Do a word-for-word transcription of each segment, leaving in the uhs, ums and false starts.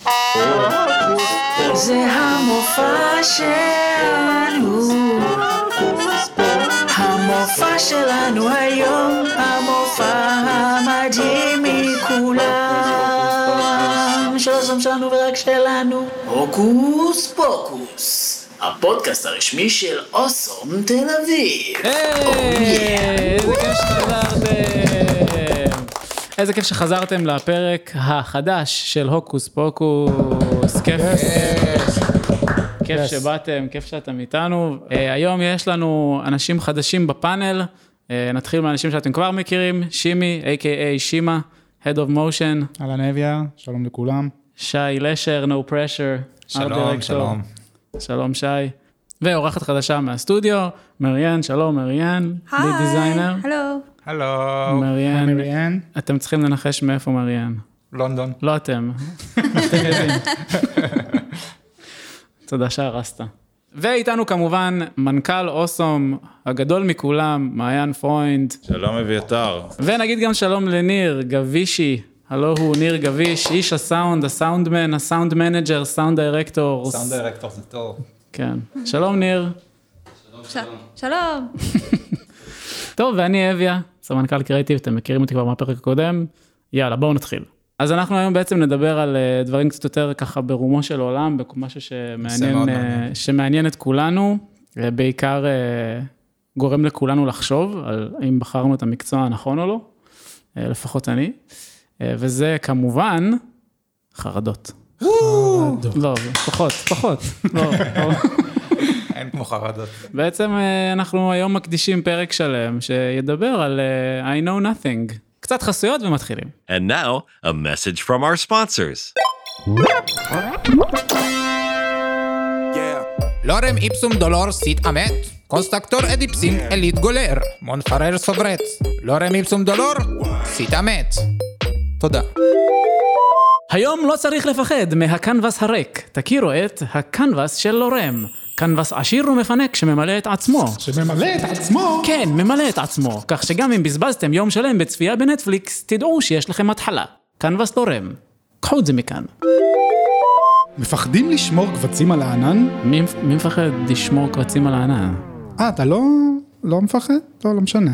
זה המופע שלנו, המופע שלנו היום, המופע המדהים מכולם, של אוסום שלנו ורק שלנו. הוקוס פוקוס, הפודקאסט הרשמי של אוסום תל אביב. היי, איזה כיף שחזרתם. איזה כיף שחזרתם לפרק החדש של הוקוס פוקוס. כיף. כיף שבאתם, כיף שאתם איתנו. היום יש לנו אנשים חדשים בפאנל. נתחיל מהאנשים שאתם כבר מכירים. שימי, איי קיי איי שימה, Head of Motion. אהלן אביה, שלום לכולם. שי לשר, No Pressure. שלום, שלום. שלום שי. ואורחת חדשה מהסטודיו, מריאן, שלום מריאן. היי, דיזיינר. הלו. הלו. מריאן. מריאן. אתם צריכים לנחש מאיפה מריאן. לונדון. לא אתם. אתם יודעים. תודה שהרסת. ואיתנו כמובן מנכ"ל אוסום, הגדול מכולם, מעיין פרוינד. שלום אביתר. ונגיד גם שלום לניר גבישי, הלו הוא ניר גביש, איש הסאונד, הסאונדמן, הסאונד מנג'ר, סאונד דירקטור. סאונד דירקטור זה טוב. כן. שלום ניר. שלום. שלום. טוב, ואני אביה, סמנכ"ל קריאיטיב, אתם מכירים אותי כבר מהפרק הקודם. יאללה, בואו נתחיל. אז אנחנו היום בעצם נדבר על דברים קצת יותר ככה ברומו של עולם, משהו שמעניין, שמעניין את כולנו, בעיקר גורם לכולנו לחשוב על אם בחרנו את המקצוע הנכון או לא, לפחות אני, וזה כמובן חרדות. לא, פחות, פחות. אין כמו חרדות. בעצם אנחנו היום מקדישים פרק שלם שידבר על I know nothing. קצת חסויות ומתחילים. And now, a message from our sponsors. לורם איפסום דולור סיט אמת, קונסטרקטור אדיפסין אליט גולר, מונפרר סוברץ, לורם איפסום דולור סיט אמת. תודה. היום לא צריך לפחד מהקנבס הריק, תכירו את הקנבס של לורם. קנבס עשיר ומפנק שממלא את עצמו. שממלא את עצמו? כן, ממלא את עצמו, כך שגם אם בזבזתם יום שלם בצפייה בנטפליקס, תדעו שיש לכם התחלה. קנבס לורם. קחו את זה מכאן. מפחדים לשמור קבצים על הענן? מי, מי מפחד לשמור קבצים על הענן? אה, אתה לא, לא מפחד? לא, לא משנה.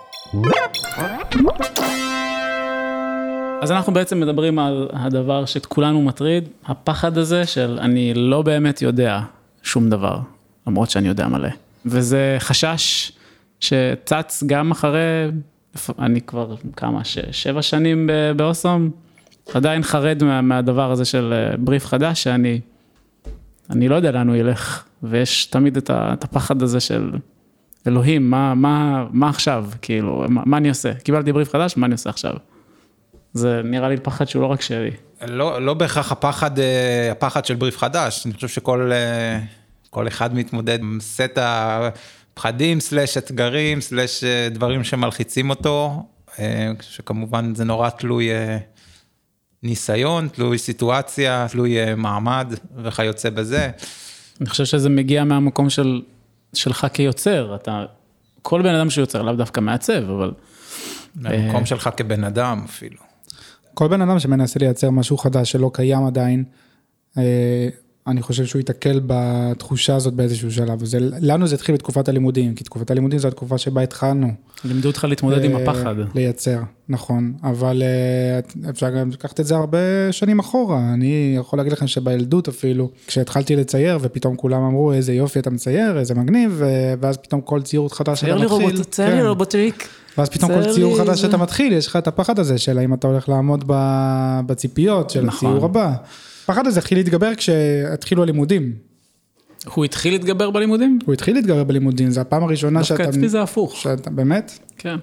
אז אנחנו בעצם מדברים על הדבר שכולנו מטריד, הפחד הזה של אני לא באמת יודע שום דבר, למרות שאני יודע מלא. וזה חשש שצץ גם אחרי, אני כבר כמה, ש, שבע שנים באוסום, עדיין חרד מה, מהדבר הזה של בריף חדש, שאני אני לא יודע לאן הוא ילך, ויש תמיד את, ה, את הפחד הזה של אלוהים, מה, מה, מה עכשיו? כאילו, מה, מה אני עושה? קיבלתי בריף חדש, מה אני עושה עכשיו? זה נראה לי פחד שהוא לא רק שלי. לא, לא בהכרח הפחד, הפחד של בריף חדש. אני חושב שכל כל אחד מתמודד עם סט הפחדים, סלש אתגרים, סלש דברים שמלחיצים אותו, שכמובן זה נורא תלוי ניסיון, תלוי סיטואציה, תלוי מעמד וכיוצא בזה. אני חושב שזה מגיע מהמקום של, שלך כיוצר. אתה, כל בן אדם שיוצר, לאו דווקא מעצב, אבל... מהמקום שלך כבן אדם אפילו. כל בן אדם שמנסה לייצר משהו חדש שלא קיים עדיין, אני חושב שהוא יתקל בתחושה הזאת באיזשהו שלב. וזה, לנו זה התחיל בתקופת הלימודים, כי תקופת הלימודים זו התקופה שבה התחלנו. לימדו אותך להתמודד עם הפחד. לייצר, נכון. אבל אפשר גם לקחת את זה הרבה שנים אחורה. אני יכול להגיד לכם שבילדות אפילו, כשהתחלתי לצייר, ופתאום כולם אמרו, איזה יופי אתה מצייר, איזה מגניב, ואז פתאום כל ציור חדש שאתה מתחיל. צייר לי רובוטריק. ואז פתאום כל ציור חדש שאתה מתחיל, יש לך את הפחד הזה של האם אתה הולך לעמוד בציפיות של הציור הבא. הפחד הזה התחיל להתגבר כשהתחילו הלימודים. הוא התחיל להתגבר בלימודים? הוא התחיל להתגבר בלימודים, זה הפעם הראשונה שאתה... דווקא אצלי זה הפוך. שאתה, באמת? כן.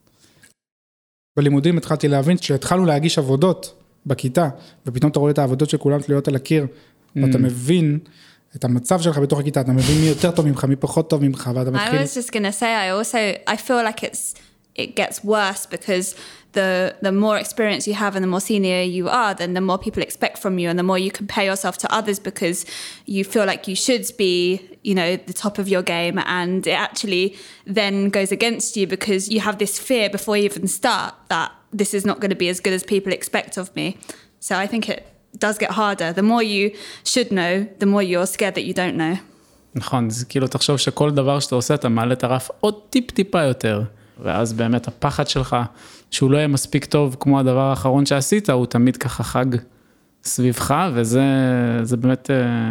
בלימודים התחלתי להבין שהתחלנו להגיש עבודות בכיתה, ופתאום אתה רואה את העבודות שכולם תלויות על הקיר, ואתה מבין את המצב שלך בתוך הכיתה, אתה מבין מי יותר טוב ממך, מי פחות טוב ממך, ואתה מתחיל... I was just going to say, I also, I feel like it's, it gets worse because the, the more experience you have and the more senior you are, then the more people expect from you and the more you compare yourself to others because you feel like you should be, you know, the top of your game, and it actually then goes against you because you have this fear before you even start that this is not going to be as good as people expect of me. So I think it does get harder. The more you should know, the more you're scared that you don't know. נכון, זה כאילו תחשוב שכל דבר שאתה עושה, אתה מעלה את הרף עוד טיפ טיפה יותר, ואז באמת הפחד שלך, שהוא לא יהיה מספיק טוב כמו הדבר האחרון שעשית, הוא תמיד ככה חג סביבך, וזה זה באמת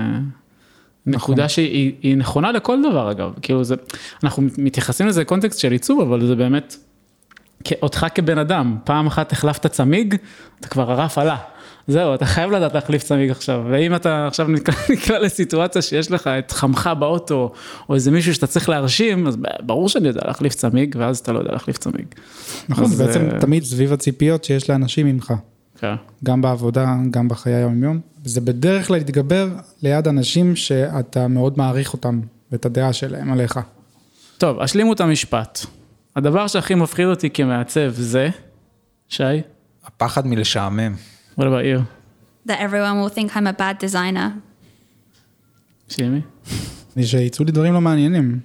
נקודה שהיא היא נכונה לכל דבר אגב, כאילו זה, אנחנו מתייחסים לזה קונטקסט של עיצוב, אבל זה באמת, אותך כבן אדם, פעם אחת החלפת צמיג, אתה כבר הרף עלה. זהו, אתה חייב לדעת להחליף צמיג עכשיו, ואם אתה עכשיו נקרא, נקרא לסיטואציה שיש לך את חמך באוטו, או איזה מישהו שאתה צריך להרשים, אז ברור שאני יודע להחליף צמיג, ואז אתה לא יודע להחליף צמיג. נכון, זה בעצם תמיד סביב הציפיות שיש לאנשים ממך. כן. גם בעבודה, גם בחיי היום יום. זה בדרך כלל להתגבר ליד אנשים שאתה מאוד מעריך אותם, ואת הדעה שלהם עליך. טוב, השלימו את המשפט. הדבר שהכי מפחיד אותי כמעצב זה, שי? הפחד מלשעמם. What about you? That everyone will think I'm a bad designer. שימי? אני שיצאו לי דברים לא מעניינים.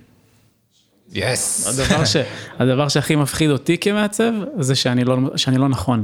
יס. הדבר ש, הדבר שהכי מפחיד אותי כמעצב, זה שאני לא, שאני לא נכון.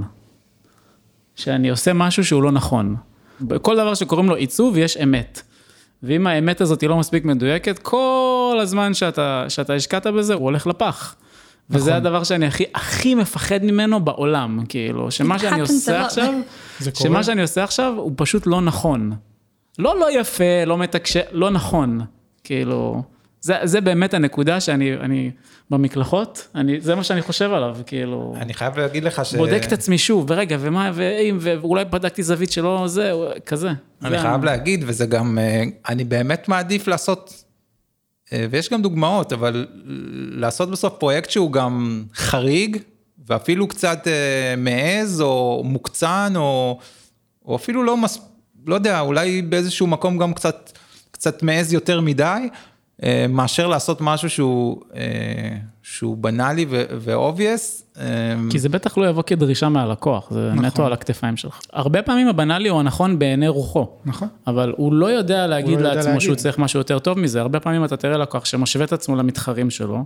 שאני עושה משהו שהוא לא נכון. בכל דבר שקוראים לו עיצוב, יש אמת. ואם האמת הזאת היא לא מספיק מדויקת, כל הזמן שאתה, שאתה השקעת בזה, הוא הולך לפח. וזה נכון. הדבר שאני הכי, הכי מפחד ממנו בעולם, כאילו, שמה שאני עושה עכשיו, שמה שאני עושה עכשיו, הוא פשוט לא נכון. לא לא יפה, לא מתקשר, לא נכון. כאילו, זה, זה באמת הנקודה שאני, אני, במקלחות, אני, זה מה שאני חושב עליו, כאילו. אני חייב להגיד לך ש... בודק את עצמי שוב, ורגע, ומה, ואם, ואולי בדקתי זווית שלו, זה, כזה. אני חייב להגיד, וזה גם, אני באמת מעדיף לעשות, ויש גם דוגמאות, אבל לעשות בסוף פרויקט שהוא גם חריג, ואפילו קצת מעז, או מוקצן, או, או אפילו לא, מס, לא יודע, אולי באיזשהו מקום גם קצת, קצת מעז יותר מדי, מאשר לעשות משהו שהוא, שהוא בנאלי ו-obvious. כי זה בטח לא יבוא כדרישה מהלקוח, זה נטו על הכתפיים שלך. הרבה פעמים הבנאלי הוא הנכון בעיני רוחו. נכון. אבל הוא לא יודע להגיד לעצמו שהוא צריך משהו יותר טוב מזה. הרבה פעמים אתה תראה לקוח שמשווה את עצמו למתחרים שלו,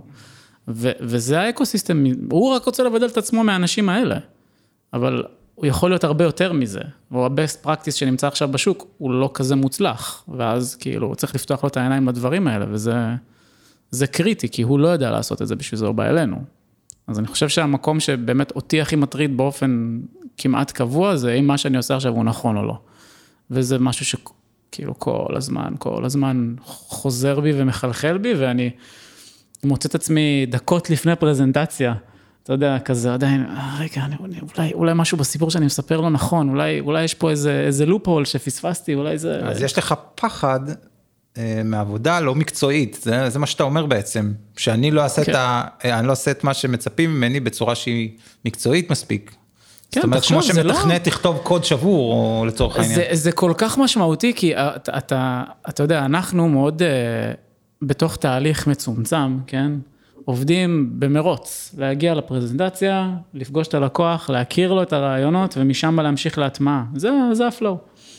וזה האקוסיסטם, הוא רק רוצה לבדל את עצמו מהאנשים האלה. אבל הוא יכול להיות הרבה יותר מזה, והוא ה-best practice שנמצא עכשיו בשוק, הוא לא כזה מוצלח, ואז כאילו, הוא צריך לפתוח לו את העיניים לדברים האלה, וזה זה קריטי, כי הוא לא יודע לעשות את זה בשביל זה, הוא בא אלינו. אז אני חושב שהמקום שבאמת אותי הכי מטריד באופן כמעט קבוע, זה אם מה שאני עושה עכשיו הוא נכון או לא. וזה משהו שכאילו כל הזמן, כל הזמן חוזר בי ומחלחל בי, ואני מוצא את עצמי דקות לפני פרזנטציה, אתה יודע, כזה עדיין, רגע, אני, אולי, אולי משהו בסיפור שאני מספר לא נכון, אולי, אולי יש פה איזה, איזה לופול שפספסתי, אולי זה... אז יש לך פחד אה, מעבודה לא מקצועית, זה, זה מה שאתה אומר בעצם, שאני לא אעשה, כן. את ה, אני לא אעשה את מה שמצפים ממני בצורה שהיא מקצועית מספיק. כן, זאת אומרת, כמו שמתכנת, לא... תכתוב קוד שבור, או לצורך העניין. זה, זה כל כך משמעותי, כי אתה, אתה, אתה יודע, אנחנו מאוד, אה, בתוך תהליך מצומצם, כן? עובדים במרוץ, להגיע לפרזנטציה, לפגוש את הלקוח, להכיר לו את הרעיונות, ומשם להמשיך להטמעה. זה, זה הפלואו.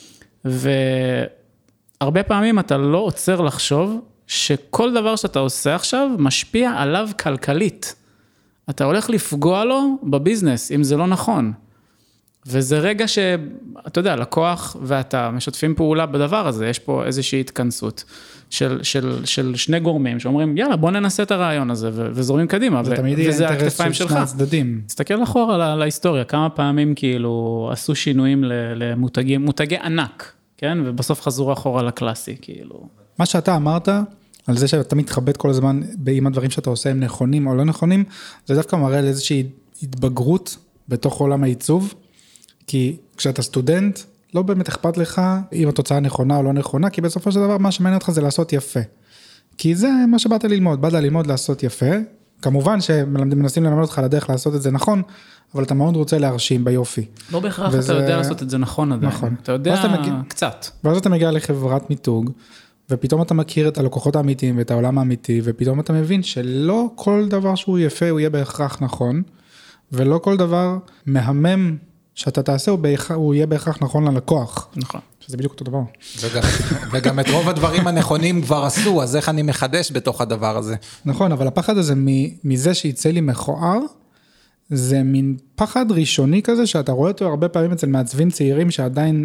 והרבה פעמים אתה לא עוצר לחשוב, שכל דבר שאתה עושה עכשיו, משפיע עליו כלכלית. אתה הולך לפגוע לו בביזנס, אם זה לא נכון. וזה רגע שאתה יודע, לקוח ואתה משתפים פעולה בדבר הזה, יש פה איזושהי התכנסות של, של, של שני גורמים שאומרים, יאללה, בוא ננסה את הרעיון הזה, וזורמים קדימה, זה תמיד יהיה אינטרס של שני הצדדים. תסתכל אחורה להיסטוריה, כמה פעמים כאילו עשו שינויים למותגים, מותגי ענק, כן? ובסוף חזרו אחורה לקלאסי, כאילו. מה שאתה אמרת, על זה שאתה מתחבט כל הזמן, אם הדברים שאתה עושה הם נכונים או לא נכונים, זה דווקא מראה על איזושהי התבגרות בתוך עולם העיצוב, כי כשאתה סטודנט, לא באמת אכפת לך אם התוצאה נכונה או לא נכונה, כי בסופו של דבר מה שמעניין אותך זה לעשות יפה. כי זה מה שבאת ללמוד, באת ללמוד לעשות יפה, כמובן שמנסים ללמד אותך על הדרך לעשות את זה נכון, אבל אתה מאוד רוצה להרשים ביופי. לא בהכרח וזה... אתה יודע לעשות את זה נכון עדיין. נכון. אתה יודע אתה מגיע... קצת. ואז אתה מגיע לחברת מיתוג, ופתאום אתה מכיר את הלקוחות האמיתיים ואת העולם האמיתי, ופתאום אתה מבין שלא כל דבר שהוא יפה הוא יהיה בהכרח נכון, ולא כל דבר מהמם שאתה תעשה הוא, בהכ... הוא יהיה בהכרח נכון ללקוח. נכון. שזה בדיוק אותו דבר. וגם, וגם את רוב הדברים הנכונים כבר עשו, אז איך אני מחדש בתוך הדבר הזה? נכון, אבל הפחד הזה מזה שיצא לי מכוער, זה מין פחד ראשוני כזה, שאתה רואה אותו הרבה פעמים אצל מעצבים צעירים, שעדיין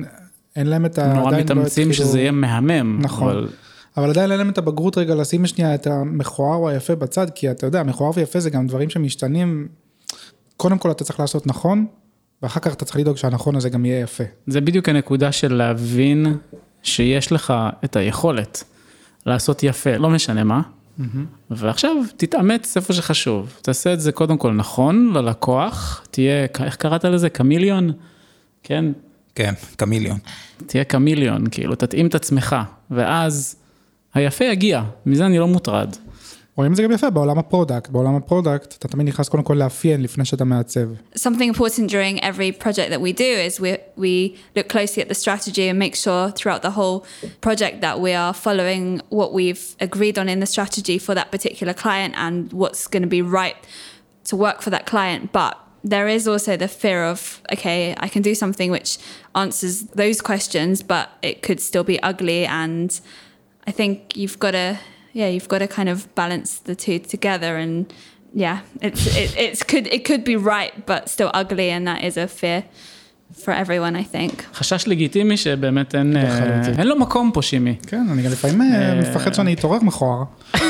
אין להם את ה... נורא מתאמצים שזה יהיה מהמם. נכון. אבל... אבל עדיין אין להם את הבגרות רגע לשים שנייה את המכוער או היפה בצד, כי אתה יודע, מכוער ויפה זה גם דברים שמשתנים, קודם כל אתה צריך לעשות נכון, ואחר כך אתה צריך לדאוג שהנכון הזה גם יהיה יפה. זה בדיוק הנקודה של להבין שיש לך את היכולת לעשות יפה, לא משנה מה, mm-hmm. ועכשיו תתאמץ איפה שחשוב, תעשה את זה קודם כל נכון ללקוח, תהיה, איך קראת לזה? קמיליון? כן? כן, קמיליון. תהיה קמיליון, כאילו, תתאים את עצמך, ואז היפה יגיע, מזה אני לא מוטרד. רואים את זה גם יפה, בעולם הפרודקט, בעולם הפרודקט, אתה תמיד נכנס קודם כל לאפיין לפני שאתה מעצב. Something important during every project that we do is we, we look closely at the strategy and make sure throughout the whole project that we are following what we've agreed on in the strategy for that particular client and what's going to be right to work for that client. But there is also the fear of, okay, I can do something which answers those questions, but it could still be ugly. And I think you've got to, yeah, you've got to kind of balance the two together. And yeah, it's, it, it's could, it could be right, but still ugly. And that is a fear for everyone, I think. חשש לגיטימי שבאמת אין, אין לו מקום פה שימי. כן, אני גם לפעמים מפחד שאני אתעורר מכוער.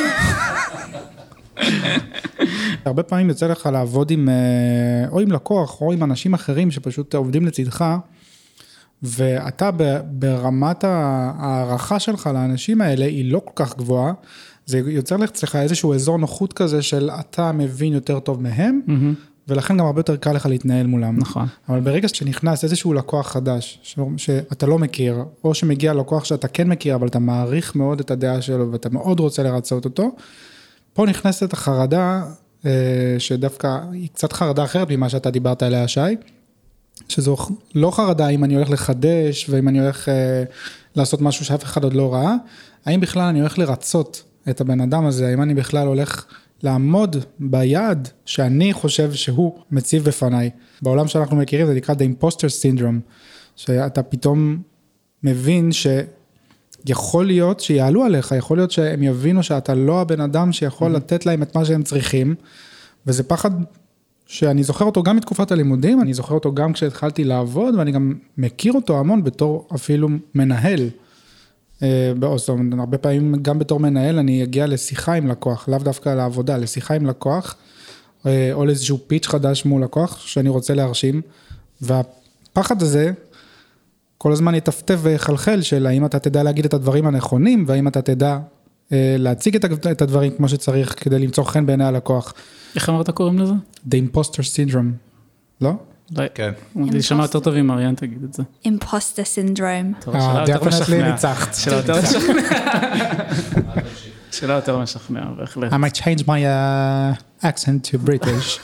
הרבה פעמים יוצא לך לעבוד עם, או עם לקוח, או עם אנשים אחרים שפשוט עובדים לצדך, ואתה ברמת הערכה שלך לאנשים האלה, היא לא כל כך גבוהה, זה יוצר לך איזשהו אזור נוחות כזה, של אתה מבין יותר טוב מהם, ולכן גם הרבה יותר קל לך להתנהל מולם. נכון. אבל ברגע שנכנס איזשהו לקוח חדש, שאתה לא מכיר, או שמגיע לקוח שאתה כן מכיר, אבל אתה מעריך מאוד את הדעה שלו, ואתה מאוד רוצה לרצות אותו, פה נכנסת החרדה, שדווקא היא קצת חרדה אחרת ממה שאתה דיברת עליה, שי, שזו לא חרדה אם אני הולך לחדש, ואם אני הולך לעשות משהו שאף אחד עוד לא ראה, האם בכלל אני הולך לרצות את הבן אדם הזה, האם אני בכלל הולך לעמוד ביעד שאני חושב שהוא מציב בפניי. בעולם שאנחנו מכירים זה נקרא The Imposter Syndrome, שאתה פתאום מבין ש... יכול להיות שיעלו עליך, יכול להיות שהם יבינו שאתה לא הבן אדם שיכול לתת להם את מה שהם צריכים, וזה פחד שאני זוכר אותו גם מתקופת הלימודים, אני זוכר אותו גם כשהתחלתי לעבוד, ואני גם מכיר אותו המון בתור אפילו מנהל, באוסום, הרבה פעמים גם בתור מנהל אני אגיע לשיחה עם לקוח, לאו דווקא לעבודה, לשיחה עם לקוח, או לאיזשהו פיץ' חדש מול לקוח שאני רוצה להרשים, והפחד הזה, כל הזמן יטפטף ויחלחל של האם אתה תדע להגיד את הדברים הנכונים, והאם אתה תדע אה, להציג את, את הדברים כמו שצריך, כדי למצוא חן בעיני הלקוח. איך אמרת קוראים לזה? The Imposter Syndrome, לא? כן. אני שמע יותר טוב אם אריאן תגיד את זה. Imposter Syndrome. אה, דפנטלי ניצחת. שאלה יותר משכנע. שאלה יותר משכנע, בהחלט. I might change my uh, accent to British.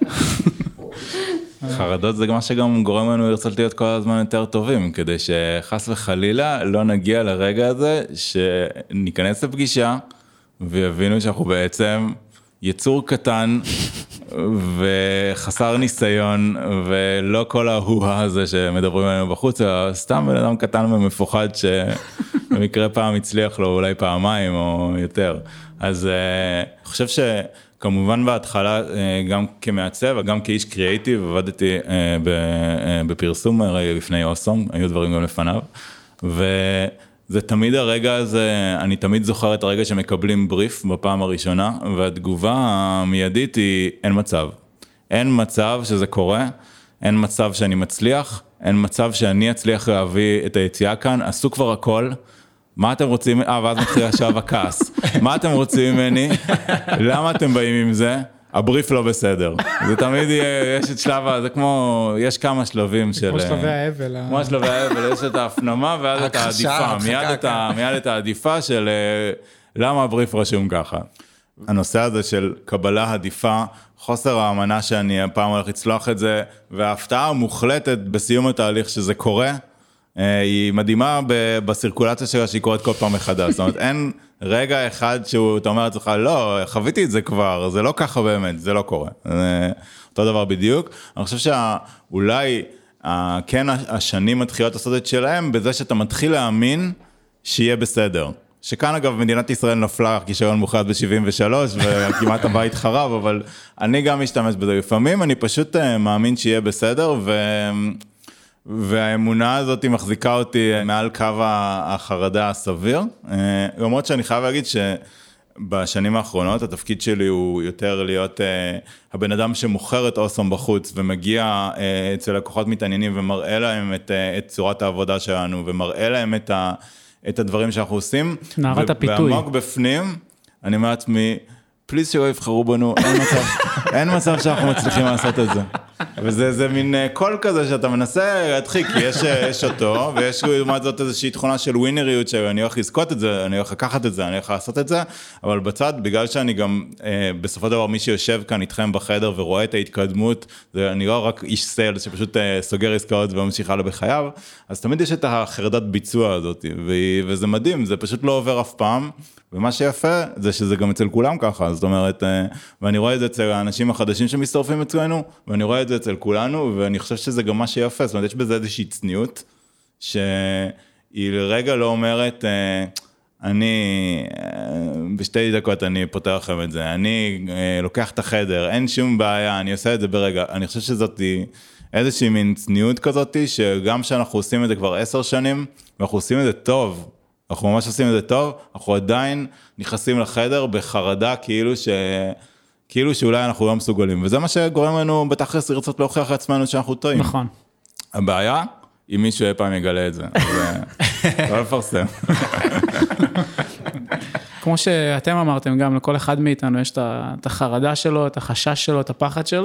חרדות זה מה שגם גורם לנו לרצות להיות כל הזמן יותר טובים, כדי שחס וחלילה לא נגיע לרגע הזה, שניכנס לפגישה, ויבינו שאנחנו בעצם יצור קטן, וחסר ניסיון, ולא כל ההואה הזה שמדברים עלינו בחוץ, אלא סתם בן אדם קטן ומפוחד, שבמקרה פעם הצליח לו אולי פעמיים או יותר. אז אני חושב ש... כמובן בהתחלה, גם כמעצב, גם כאיש קריאיטיב, עבדתי בפרסום לפני אוסום, היו דברים גם לפניו, וזה תמיד הרגע הזה, אני תמיד זוכר את הרגע שמקבלים בריף בפעם הראשונה, והתגובה המיידית היא, אין מצב. אין מצב שזה קורה, אין מצב שאני מצליח, אין מצב שאני אצליח להביא את היציאה כאן, עשו כבר הכל, מה אתם רוצים, אה, ואז מתחיל עכשיו הכעס, מה אתם רוצים ממני, למה אתם באים עם זה, הבריף לא בסדר, זה תמיד יש את שלב, זה כמו, יש כמה שלבים של, כמו שלבי האבל, כמו שלבי האבל, יש את ההפנמה ואז את העדיפה, מיד את העדיפה של למה הבריף רשום ככה. הנושא הזה של קבלה עדיפה, חוסר האמנה שאני פעם הולך לצלוח את זה, וההפתעה המוחלטת בסיום התהליך שזה קורה, היא מדהימה בסירקולציה שלה שהיא קורית כל פעם מחדש, זאת אומרת אין רגע אחד שאתה אומר לעצמך לא, חוויתי את זה כבר, זה לא ככה באמת, זה לא קורה, אותו דבר בדיוק, אני חושב שאולי כן השנים מתחילות לעשות את שלהם, בזה שאתה מתחיל להאמין שיהיה בסדר, שכאן אגב מדינת ישראל נפלה כישרון מוחלט ב-שבעים ושלוש וכמעט הבית חרב, אבל אני גם משתמש בזה לפעמים, אני פשוט מאמין שיהיה בסדר ו... והאמונה הזאת היא מחזיקה אותי מעל קו החרדה הסביר, למרות שאני חייב להגיד שבשנים האחרונות התפקיד שלי הוא יותר להיות הבן אדם שמוכר את אוסום בחוץ, ומגיע אצל לקוחות מתעניינים ומראה להם את, את צורת העבודה שלנו, ומראה להם את, ה, את הדברים שאנחנו עושים. נערת הפיתוי. ועמוק בפנים, אני אומר לעצמי, פליז שלא יבחרו בנו, אין מצב, אין מצב שאנחנו מצליחים לעשות את זה. וזה זה מין קול כזה שאתה מנסה להדחיק, כי יש, יש אותו, ויש לעומת זאת איזושהי תכונה של ווינריות, שאני הולך לזכות את זה, אני הולך לקחת את זה, אני הולך לעשות את זה, אבל בצד, בגלל שאני גם, אה, בסופו של דבר, מי שיושב כאן איתכם בחדר ורואה את ההתקדמות, זה, אני לא רק איש סייל שפשוט אה, סוגר עסקאות וממשיך הלאה בחייו, אז תמיד יש את החרדת ביצוע הזאת, ו, וזה מדהים, זה פשוט לא עובר אף פעם, ומה שיפה זה שזה גם אצל כולם ככה, זאת אומרת, ואני רואה את זה אצל האנשים החדשים שמצטרפים אצלנו, ואני רואה את זה אצל כולנו, ואני חושב שזה גם מה שיפה, זאת אומרת, יש בזה איזושהי צניעות, שהיא לרגע לא אומרת, אני, בשתי דקות אני פותר לכם את זה, אני לוקח את החדר, אין שום בעיה, אני עושה את זה ברגע, אני חושב שזאת איזושהי מין צניעות כזאת, שגם שאנחנו עושים את זה כבר עשר שנים, ואנחנו עושים את זה טוב, אנחנו ממש עושים את זה טוב, אנחנו עדיין נכנסים לחדר בחרדה כאילו, ש... כאילו שאולי אנחנו לא מסוגלים, וזה מה שגורם לנו בתכלס לרצות להוכיח לעצמנו שאנחנו טועים. נכון. הבעיה, אם מישהו אי פעם יגלה את זה, אז לא לפרסם. כמו שאתם אמרתם, גם לכל אחד מאיתנו יש את החרדה שלו, את החשש שלו, את הפחד שלו,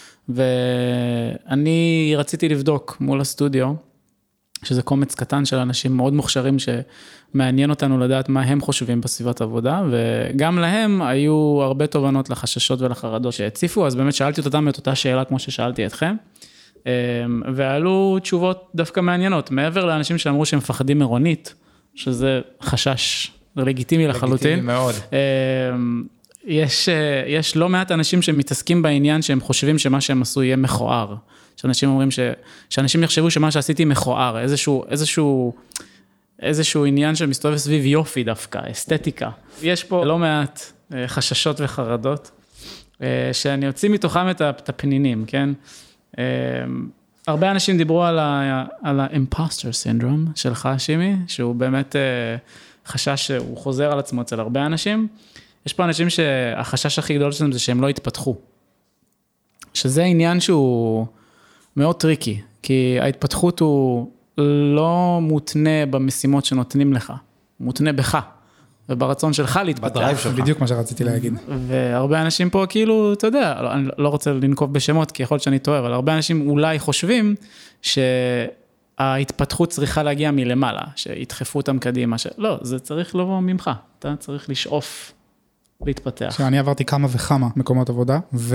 ואני רציתי לבדוק מול הסטודיו, שזה קומץ קטן של אנשים מאוד מוכשרים שמעניין אותנו לדעת מה הם חושבים בסביבת עבודה, וגם להם היו הרבה תובנות לחששות ולחרדות שהציפו, אז באמת שאלתי אותם את אותה שאלה כמו ששאלתי אתכם, ועלו תשובות דווקא מעניינות, מעבר לאנשים שאמרו שהם מפחדים מרונית, שזה חשש לגיטימי לחלוטין. לגיטימי מאוד. יש, יש לא מעט אנשים שמתעסקים בעניין שהם חושבים שמה שהם עשו יהיה מכוער. שאנשים אומרים ש, שאנשים יחשבו שמה שעשיתי מכוער, איזשהו, איזשהו, איזשהו עניין שמסתובב סביב יופי דווקא, אסתטיקה. יש פה לא מעט חששות וחרדות, שאני יוציא מתוכם את הפנינים, כן? הרבה אנשים דיברו על ה, על ה-imposter syndrome שלך, שימי, שהוא באמת חשש שהוא חוזר על עצמו אצל הרבה אנשים. יש פה אנשים שהחשש הכי גדול שלהם זה שהם לא יתפתחו. שזה עניין שהוא מאוד טריקי, כי ההתפתחות הוא לא מותנה במשימות שנותנים לך, מותנה בך, וברצון שלך להתפתח. בדיוק מה שרציתי להגיד. והרבה אנשים פה כאילו, אתה יודע, אני לא רוצה לנקוב בשמות, כי יכול להיות שאני טועה, אבל הרבה אנשים אולי חושבים שההתפתחות צריכה להגיע מלמעלה, שידחפו אותם קדימה, לא, זה צריך לבוא ממך, אתה צריך לשאוף להתפתח. שאני עברתי כמה וכמה מקומות עבודה,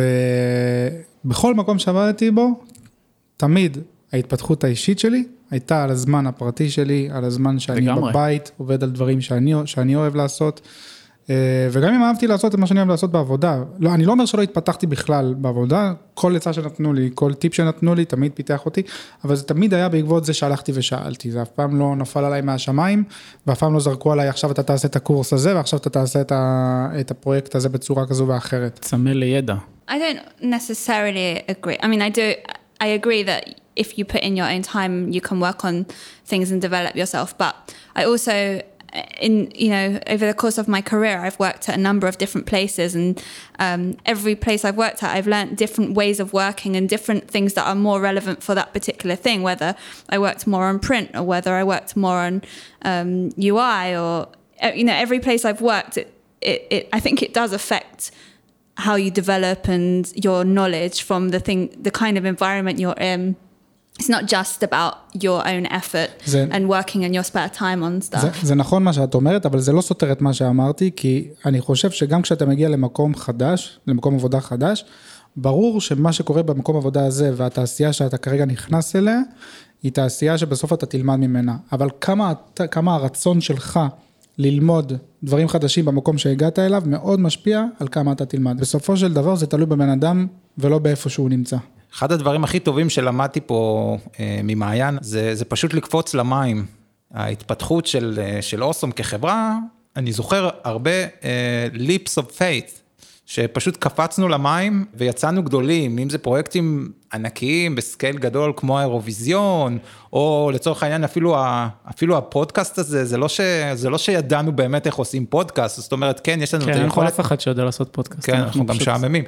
ובכל מקום שעבדתי בו, תמיד ההתפתחות האישית שלי הייתה על הזמן הפרטי שלי, על הזמן שאני בבית, עובד על דברים שאני, שאני אוהב לעשות, וגם אם אהבתי לעשות את מה שאני אוהב לעשות בעבודה, לא, אני לא אומר שלא התפתחתי בכלל בעבודה, כל עצה שנתנו לי, כל טיפ שנתנו לי, תמיד פיתח אותי, אבל זה תמיד היה בעקבות זה שהלכתי ושאלתי, זה אף פעם לא נפל עליי מהשמיים, ואף פעם לא זרקו עליי, עכשיו אתה תעשה את הקורס הזה, ועכשיו אתה תעשה את, ה, את הפרויקט הזה בצורה כזו ואחרת. צמא לידע. I don't necessarily agree. I mean, I do, I agree that if you put in your own time, you can work on things and develop yourself, but I also... in, you know, over the course of my career, I've worked at a number of different places, and um, every place I've worked at, I've learned different ways of working and different things that are more relevant for that particular thing, whether I worked more on print or whether I worked more on um, U I or, you know, every place I've worked, it, it, it, I think it does affect how you develop and your knowledge from the thing, the kind of environment you're in. It's not just about your own effort זה, and working in your spare time on stuff. זה, זה נכון מה שאת אומרת, אבל זה לא סותר את מה שאמרתי, כי אני חושב שגם כשאתה מגיע למקום חדש, למקום עבודה חדש, ברור שמה שקורה במקום עבודה הזה, והתעשייה שאתה כרגע נכנס אליה, היא תעשייה שבסוף אתה תלמד ממנה. אבל כמה, כמה הרצון שלך ללמוד דברים חדשים במקום שהגעת אליו, מאוד משפיע על כמה אתה תלמד. בסופו של דבר זה תלוי בבן אדם, ולא באיפה שהוא נמצא. אחד הדברים הכי טובים שלמדתי פה אה, ממעיין, זה, זה פשוט לקפוץ למים. ההתפתחות של, של אוסום כחברה, אני זוכר הרבה אה, leaps of faith, שפשוט קפצנו למים ויצאנו גדולים, אם זה פרויקטים ענקיים בסקייל גדול כמו האירוויזיון, או לצורך העניין אפילו, אפילו הפודקאסט הזה, זה לא, ש, זה לא שידענו באמת איך עושים פודקאסט, זאת אומרת, כן, יש לנו כן, את היכולת... כן, אין פה אף אחד שיודע לעשות פודקאסט. כן, אנחנו גם שעממים.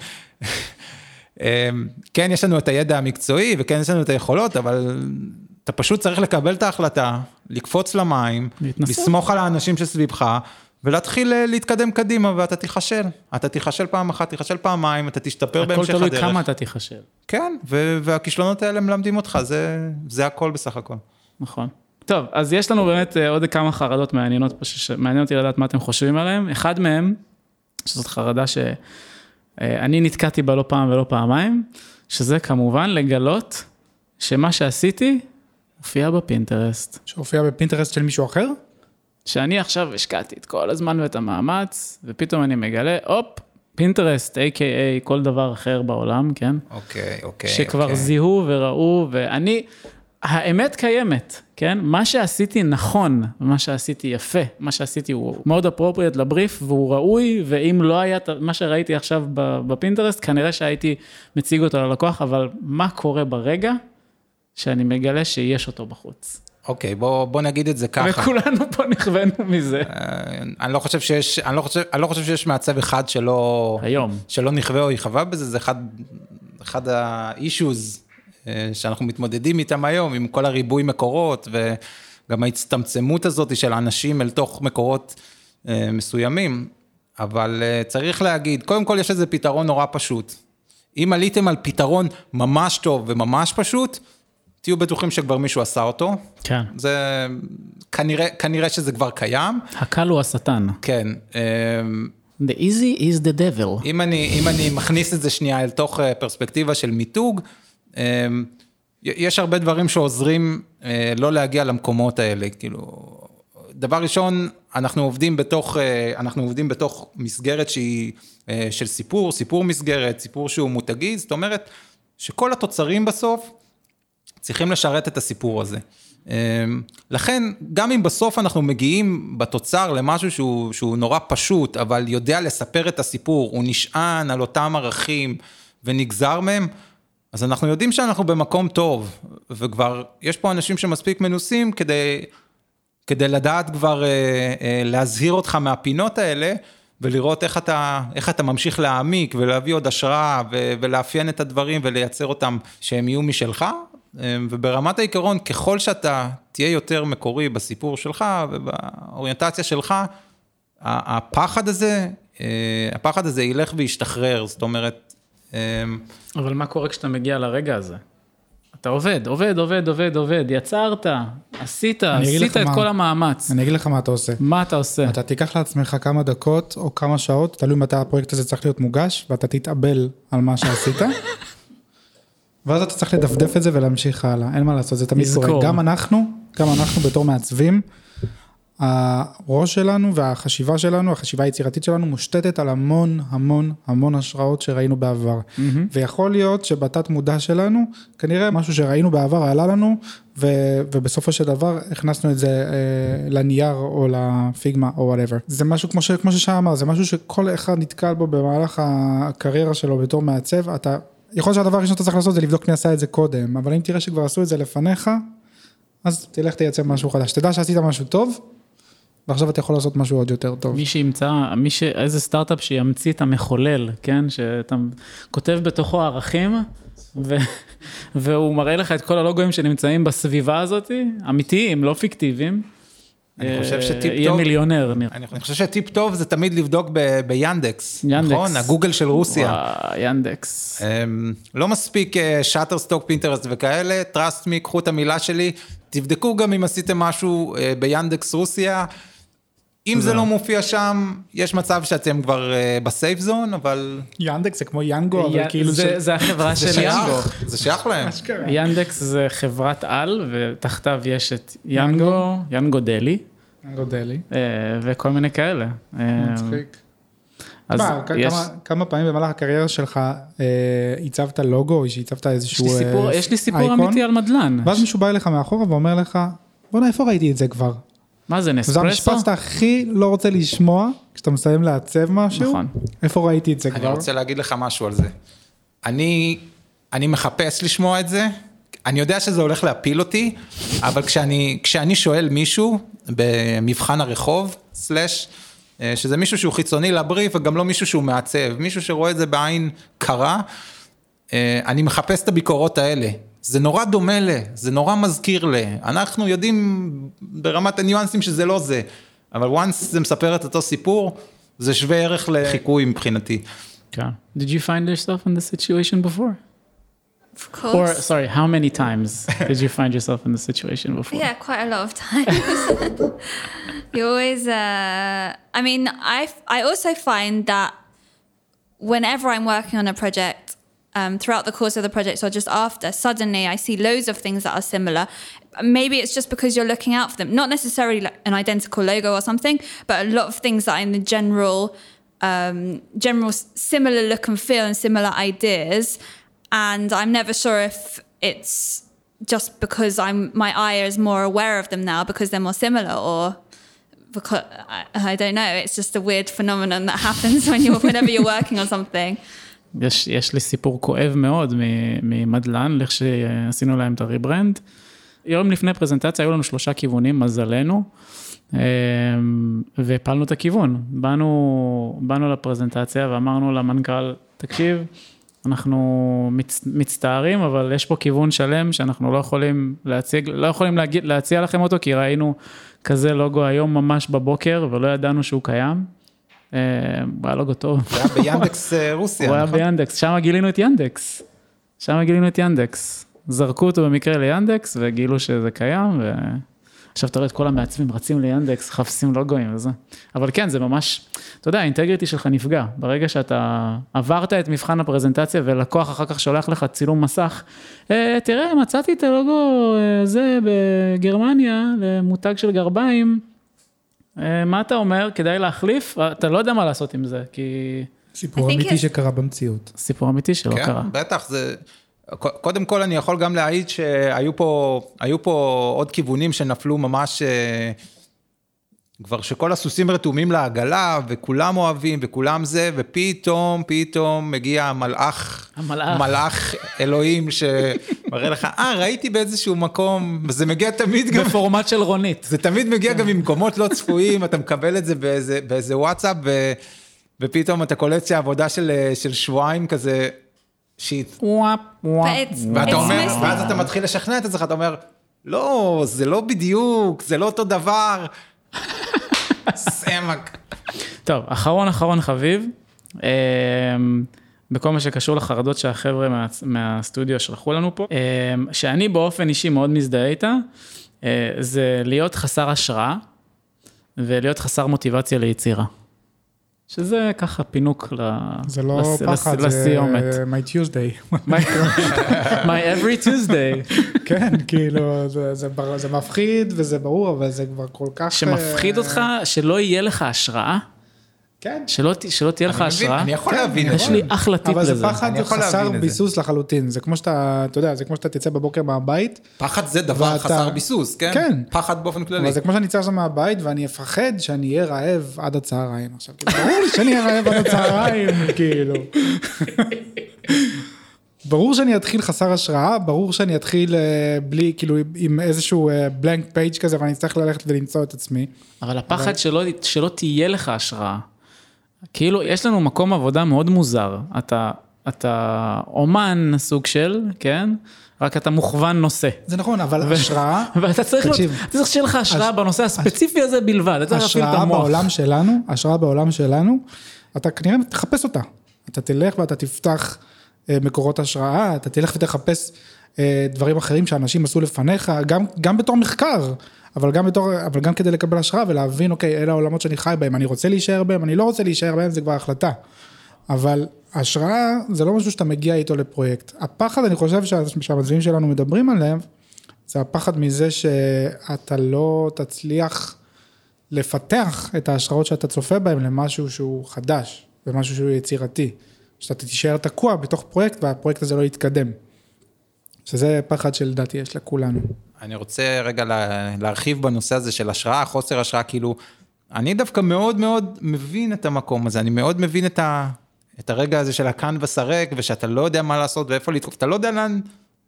כן, יש לנו את הידע המקצועי, וכן, יש לנו את היכולות, אבל אתה פשוט צריך לקבל את ההחלטה, לקפוץ למים, לסמוך על האנשים שסביבך, ולהתחיל להתקדם קדימה, ואתה תיחשל. אתה תיחשל פעם אחת, תיחשל פעמיים, אתה תשתפר בהמשך הדרך. הכל תלוי כמה אתה תיחשל. כן, והכישלונות האלה מלמדים אותך, זה, זה הכל בסך הכל. נכון. טוב, אז יש לנו באמת עוד כמה חרדות מעניינות, מעניין אותי לדעת מה אתם חושבים עליהם. אחד מהם, שזאת חרדה שאני נתקעתי בה לא פעם ולא פעמיים, שזה כמובן לגלות שמה שעשיתי, הופיע בפינטרסט. שהופיע בפינטרסט של מישהו אחר? שאני עכשיו השקעתי את כל הזמן ואת המאמץ, ופתאום אני מגלה, הופ, פינטרסט, איי קיי איי, כל דבר אחר בעולם, כן? אוקיי, אוקיי. שכבר אוקיי. זיהו וראו, ואני, האמת קיימת, כן? מה שעשיתי נכון, מה שעשיתי יפה, מה שעשיתי הוא מאוד אפרופריאט לבריף, והוא ראוי, ואם לא היה מה שראיתי עכשיו בפינטרסט, כנראה שהייתי מציג אותו ללקוח, אבל מה קורה ברגע שאני מגלה שיש אותו בחוץ? אוקיי, בוא, בוא נגיד את זה ככה. וכולנו פה נכוונו מזה. אני לא חושב שיש, אני לא חושב, אני לא חושב שיש מעצב אחד שלא, היום. שלא נכווה או יחווה בזה, זה אחד, אחד ה-issues שאנחנו מתמודדים איתם היום, עם כל הריבוי מקורות, וגם ההצטמצמות הזאת של האנשים אל תוך מקורות מסוימים, אבל צריך להגיד, קודם כל יש איזה פתרון נורא פשוט. אם עליתם על פתרון ממש טוב וממש פשוט, תהיו בטוחים שכבר מישהו עשה אותו. כן. זה, כנראה, כנראה שזה כבר קיים. הקל הוא השטן. כן. The easy is the devil. אם אני, אם אני מכניס את זה שנייה אל תוך פרספקטיבה של מיתוג, יש הרבה דברים שעוזרים לא להגיע למקומות האלה. כאילו, דבר ראשון, אנחנו עובדים בתוך, אנחנו עובדים בתוך מסגרת שהיא של סיפור, סיפור מסגרת, סיפור שהוא מותגי, זאת אומרת, שכל התוצרים בסוף, צריכים לשרת את הסיפור הזה. לכן, גם אם בסוף אנחנו מגיעים בתוצר למשהו שהוא, שהוא נורא פשוט, אבל יודע לספר את הסיפור, הוא נשען על אותם ערכים ונגזר מהם, אז אנחנו יודעים שאנחנו במקום טוב, וכבר יש פה אנשים שמספיק מנוסים כדי, כדי לדעת כבר להזהיר אותך מהפינות האלה, ולראות איך אתה, איך אתה ממשיך להעמיק ולהביא עוד השראה ולאפיין את הדברים ולייצר אותם שהם יהיו משלך, וברמת העיקרון, ככל שאתה תהיה יותר מקורי בסיפור שלך ובאוריינטציה שלך, הפחד הזה, הפחד הזה ילך וישתחרר, זאת אומרת... אבל מה קורה כשאתה מגיע לרגע הזה? אתה עובד, עובד, עובד, עובד, עובד, יצרת, עשית, עשית את כל המאמץ. אני אגיד לך מה אתה עושה. מה אתה עושה? אתה תיקח לעצמך כמה דקות או כמה שעות, תלוי מתי הפרויקט הזה צריך להיות מוגש, ואתה תתאבל על מה שעשית. ואז אתה צריך לדפדף את זה ולהמשיך הלאה, אין מה לעשות, זה תמיד קורה. גם אנחנו, גם אנחנו בתור מעצבים, הראש שלנו והחשיבה שלנו, החשיבה היצירתית שלנו, מושתתת על המון, המון, המון השראות שראינו בעבר. ויכול להיות שבתת מודע שלנו, כנראה משהו שראינו בעבר עלה לנו, ובסופו של דבר הכנסנו את זה לנייר או לפיגמה או whatever. זה משהו כמו ששעה אמר, זה משהו שכל אחד נתקל בו במהלך הקריירה שלו בתור מעצב, אתה... יכול להיות שהדבר הראשון שאתה צריך לעשות זה לבדוק מי עשה את זה קודם, אבל אם תראה שכבר עשו את זה לפניך, אז תלך תייצב משהו חדש. תדע שעשית משהו טוב, ועכשיו אתה יכול לעשות משהו עוד יותר טוב. מי שימצא, מי ש... איזה סטארט-אפ שימציא את המחולל, כן? שאתה כותב בתוכו ערכים, ו... והוא מראה לך את כל הלוגויים שנמצאים בסביבה הזאת, אמיתיים, לא פיקטיביים. אני חושב שטיפ טוב, יהיה מיליונר. אני חושב שטיפ טוב זה תמיד לבדוק ביאנדקס, נכון? הגוגל של רוסיה. וואו, יאנדקס. לא מספיק שטרסטוק, פינטרסט וכאלה, טראסט מי, קחו את המילה שלי, תבדקו גם אם עשיתם משהו ביאנדקס רוסיה, אם זה לא מופיע שם, יש מצב שאתם כבר בסייף זון, אבל... יאנדקס זה כמו יאנגו, אבל כאילו... זה החברה של יאנגו. זה שייך להם. יאנדקס זה חברת על, ותחתיו יש את יאנגו, יאנגו דלי. יאנגו דלי. וכל מיני כאלה. מצחיק. כמה פעמים במהלך הקריירה שלך הצבת לוגו, או שהצבת איזשהו... יש לי סיפור אמיתי על מדלן. ואז מישהו בא אליך מאחורה ואומר לך, בוא נה, איפה ראיתי את זה כבר? מה זה, נספרסו? זה המשפט שאתה הכי לא רוצה לשמוע, כשאתה מסיים לעצב משהו. נכון. איפה ראיתי את זה כבר? אני רוצה להגיד לך משהו על זה. אני, אני מחפש לשמוע את זה, אני יודע שזה הולך להפיל אותי, אבל כשאני, כשאני שואל מישהו במבחן הרחוב, סלש, שזה מישהו שהוא חיצוני לבריף, וגם לא מישהו שהוא מעצב, מישהו שרואה את זה בעין קרה, אני מחפש את הביקורות האלה. זה נורא דומה לה, זה נורא מזכיר לה. אנחנו יודעים ברמת הניואנסים שזה לא זה, אבל once זה מספר את אותו סיפור, זה שווה ערך לחיקוי מבחינתי. כן. Did you find yourself in this situation before? Of course. Or, sorry, how many times did you find yourself in this situation before? Yeah, quite a lot of times. You always, uh, I mean, I, I also find that whenever I'm working on a project, um, throughout the course of the project or just after, suddenly I see loads of things that are similar. Maybe it's just because you're looking out for them. Not necessarily like an identical logo or something, but a lot of things that are in the general, um, general similar look and feel and similar ideas. And I'm never sure if it's just because I'm my eye is more aware of them now because they're more similar, or because I, I don't know. It's just a weird phenomenon that happens when you're whenever you're working on something. יש, יש לי סיפור כואב מאוד ממדלן, לך שעשינו להם את הריברנד. יום לפני פרזנטציה היו לנו שלושה כיוונים, מזלנו, והפלנו את הכיוון. באנו, באנו לפרזנטציה ואמרנו למנכ"ל, תקשיב, אנחנו מצ, מצטערים, אבל יש פה כיוון שלם שאנחנו לא יכולים להציג, לא יכולים להגיד, להציע לכם אותו, כי ראינו כזה לוגו היום ממש בבוקר, ולא ידענו שהוא קיים. הוא היה לוגו טוב. הוא היה ביאנדקס רוסיה. הוא היה ביאנדקס, שם גילינו את ינדקס. שם גילינו את ינדקס. זרקו אותו במקרה ליאנדקס, וגילו שזה קיים, ו... עכשיו אתה רואה את כל המעצבים, רצים ליאנדקס, חפשים לוגויים וזה. אבל כן, זה ממש, אתה יודע, האינטגריטי שלך נפגע. ברגע שאתה עברת את מבחן הפרזנטציה, ולקוח אחר כך שולח לך צילום מסך, אה, תראה, מצאתי את הלוגו הזה בגרמניה, למותג של גרביים, אה, מה אתה אומר? כדאי להחליף? אתה לא יודע מה לעשות עם זה, כי... סיפור אמיתי שקרה במציאות. סיפור אמיתי שלא כן, קרה. בטח, זה... קודם כל אני יכול גם להעיד שהיו פה, היו פה עוד כיוונים שנפלו ממש, כבר שכל הסוסים רתומים לעגלה, וכולם אוהבים, וכולם זה, ופתאום, פתאום מגיע המלאך, המלאך. מלאך אלוהים שמראה לך, אה, ראיתי באיזשהו מקום, וזה מגיע תמיד גם... בפורמט של רונית. זה תמיד מגיע גם ממקומות לא צפויים, אתה מקבל את זה באיזה, באיזה וואטסאפ, ו, ופתאום אתה קולט שהעבודה של, של שבועיים כזה, שיט. וואפ, וואפ. ואתה אומר, ואז אתה מתחיל לשכנע את עצמך, אתה אומר, לא, זה לא בדיוק, זה לא אותו דבר. סמק. טוב, אחרון אחרון חביב, בכל מה שקשור לחרדות שהחבר'ה מה, מהסטודיו שלחו לנו פה, שאני באופן אישי מאוד מזדהה איתה, זה להיות חסר השראה, ולהיות חסר מוטיבציה ליצירה. שזה ככה פינוק זה לא פחד, זה my Tuesday. my every Tuesday. כן, כאילו, זה מפחיד וזה ברור, אבל זה כבר כל כך... שמפחיד אותך שלא יהיה לך השראה? כן. שלא תהיה לך השראה? אני יכול להבין. יש לי אחלה טיפ לזה. אבל זה פחד חסר ביסוס לחלוטין. זה כמו שאתה, אתה יודע, זה כמו שאתה תצא בבוקר מהבית. פחד זה דבר חסר ביסוס, כן? כן. פחד באופן כללי. אבל זה כמו שאני אצא מהבית ואני אפחד שאני אהיה רעב עד הצהריים. עכשיו, ברור לי שאני אהיה רעב עד הצהריים, כאילו. ברור שאני אתחיל חסר השראה, ברור שאני אתחיל בלי, כאילו, עם איזשהו blank page כזה, ואני אצטרך ללכת ולמצוא את עצמי. אבל הפחד שלא, שלא תהיה לך השראה. כאילו, יש לנו מקום עבודה מאוד מוזר. אתה, אתה אומן סוג של, כן? רק אתה מוכוון נושא. זה נכון, אבל השראה... ואתה צריך שיהיה לך השראה בנושא הספציפי הזה בלבד. השראה בעולם שלנו, השראה בעולם שלנו, אתה כנראה תחפש אותה. אתה תלך ואתה תפתח מקורות השראה, אתה תלך ותחפש דברים אחרים שאנשים עשו לפניך, גם, גם בתור מחקר, אבל גם בתור, אבל גם כדי לקבל השראה ולהבין, אוקיי, אלה העולמות שאני חי בהם, אני רוצה להישאר בהם, אני לא רוצה להישאר בהם, זה כבר החלטה. אבל השראה זה לא משהו שאתה מגיע איתו לפרויקט. הפחד, אני חושב שהמצביעים שלנו מדברים עליהם, זה הפחד מזה שאתה לא תצליח לפתח את ההשראות שאתה צופה בהם למשהו שהוא חדש, ומשהו שהוא יצירתי. שאתה תישאר תקוע בתוך פרויקט, והפרויקט הזה לא יתקדם. שזה פחד שלדעתי יש לכולנו. אני רוצה רגע להרחיב בנושא הזה של השראה, חוסר השראה, כאילו, אני דווקא מאוד מאוד מבין את המקום הזה, אני מאוד מבין את, ה, את הרגע הזה של הקנבס הריק, ושאתה לא יודע מה לעשות ואיפה לתקוף, אתה לא יודע לאן,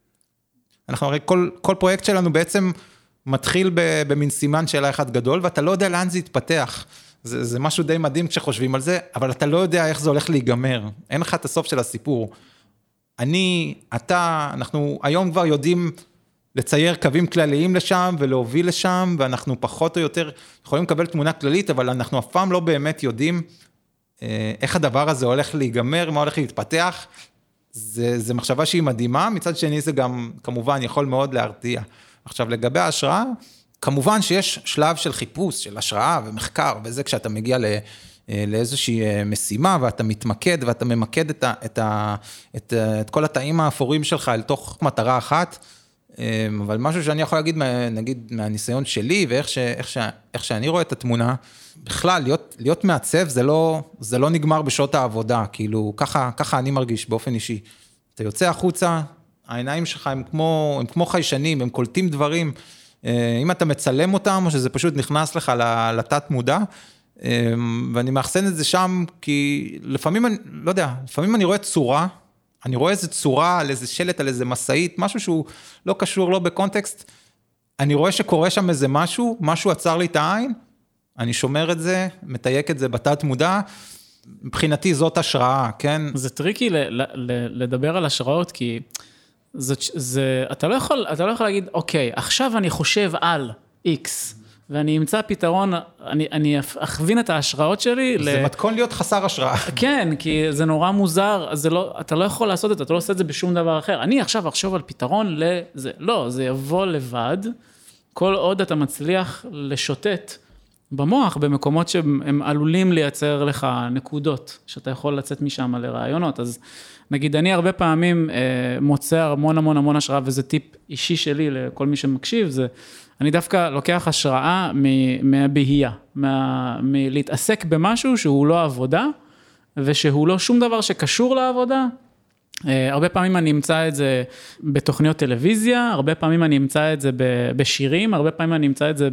אנחנו הרי כל, כל פרויקט שלנו בעצם מתחיל במין סימן שאלה אחד גדול, ואתה לא יודע לאן זה יתפתח, זה, זה משהו די מדהים כשחושבים על זה, אבל אתה לא יודע איך זה הולך להיגמר, אין לך את הסוף של הסיפור. אני, אתה, אנחנו היום כבר יודעים לצייר קווים כלליים לשם ולהוביל לשם, ואנחנו פחות או יותר יכולים לקבל תמונה כללית, אבל אנחנו אף פעם לא באמת יודעים איך הדבר הזה הולך להיגמר, מה הולך להתפתח. זה, זה מחשבה שהיא מדהימה, מצד שני זה גם כמובן יכול מאוד להרתיע. עכשיו לגבי ההשראה, כמובן שיש שלב של חיפוש, של השראה ומחקר, וזה כשאתה מגיע ל... לאיזושהי משימה, ואתה מתמקד, ואתה ממקד את, ה, את, ה, את, את כל התאים האפורים שלך אל תוך מטרה אחת, אבל משהו שאני יכול להגיד, נגיד, מהניסיון שלי, ואיך ש, איך ש, איך שאני רואה את התמונה, בכלל, להיות, להיות מעצב, זה לא, זה לא נגמר בשעות העבודה, כאילו, ככה, ככה אני מרגיש באופן אישי. אתה יוצא החוצה, העיניים שלך הם כמו, הם כמו חיישנים, הם קולטים דברים, אם אתה מצלם אותם, או שזה פשוט נכנס לך לתת מודע, ואני מאחסן את זה שם, כי לפעמים, אני, לא יודע, לפעמים אני רואה צורה, אני רואה איזה צורה על איזה שלט, על איזה מסעית, משהו שהוא לא קשור, לא בקונטקסט, אני רואה שקורה שם איזה משהו, משהו עצר לי את העין, אני שומר את זה, מתייק את זה בתת מודע, מבחינתי זאת השראה, כן? זה טריקי ל- ל- ל- לדבר על השראות, כי זה, זה, אתה לא יכול, אתה לא יכול להגיד, אוקיי, עכשיו אני חושב על X, ואני אמצא פתרון, אני, אני אכווין את ההשראות שלי. זה ל... מתכון להיות חסר השראה. כן, כי זה נורא מוזר, זה לא, אתה לא יכול לעשות את זה, אתה לא עושה את זה בשום דבר אחר. אני עכשיו אחשוב על פתרון לזה, לא, זה יבוא לבד, כל עוד אתה מצליח לשוטט במוח, במקומות שהם עלולים לייצר לך נקודות, שאתה יכול לצאת משם לרעיונות. אז נגיד, אני הרבה פעמים אה, מוצא המון המון המון השראה, וזה טיפ אישי שלי לכל מי שמקשיב, זה, אני דווקא לוקח השראה מהבהייה, מה, מלהתעסק במשהו שהוא לא עבודה, ושהוא לא שום דבר שקשור לעבודה. הרבה פעמים אני אמצא את זה בתוכניות טלוויזיה, הרבה פעמים אני אמצא את זה בשירים, הרבה פעמים אני אמצא את זה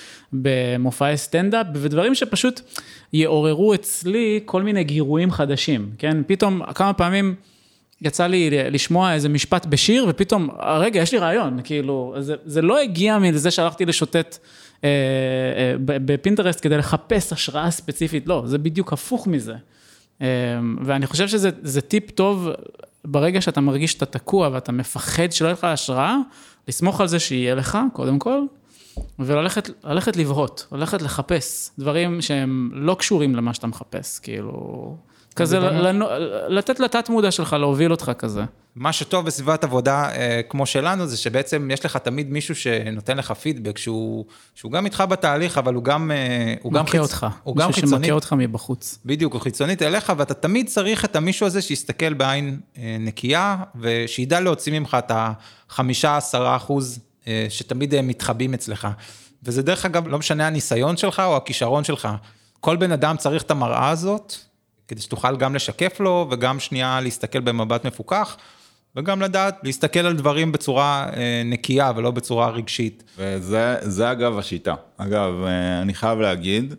במופעי סטנדאפ, ודברים שפשוט יעוררו אצלי כל מיני גירויים חדשים, כן? פתאום כמה פעמים יצא לי לשמוע איזה משפט בשיר, ופתאום, רגע, יש לי רעיון, כאילו, זה, זה לא הגיע מזה שהלכתי לשוטט אה, אה, בפינטרסט כדי לחפש השראה ספציפית, לא, זה בדיוק הפוך מזה. אה, ואני חושב שזה זה טיפ טוב, ברגע שאתה מרגיש שאתה תקוע, ואתה מפחד שלא יהיה לך השראה, לסמוך על זה שיהיה לך, קודם כל, וללכת ללכת לבהות, ללכת לחפש דברים שהם לא קשורים למה שאתה מחפש, כאילו... כזה, לתת לתת מודע שלך, להוביל אותך כזה. מה שטוב בסביבת עבודה כמו שלנו, זה שבעצם יש לך תמיד מישהו שנותן לך פידבק, שהוא גם איתך בתהליך, אבל הוא גם... מכה אותך, מישהו שמכה אותך מבחוץ. בדיוק, הוא חיצונית אליך, ואתה תמיד צריך את המישהו הזה שיסתכל בעין נקייה, ושידע להוציא ממך את ה-חמישה עשר אחוז שתמיד הם מתחבים אצלך. וזה דרך אגב, לא משנה הניסיון שלך או הכישרון שלך. כל בן אדם צריך את המראה הזאת, כדי שתוכל גם לשקף לו, וגם שנייה להסתכל במבט מפוקח, וגם לדעת, להסתכל על דברים בצורה אה, נקייה, ולא בצורה רגשית. וזה זה אגב השיטה. אגב, אני חייב להגיד,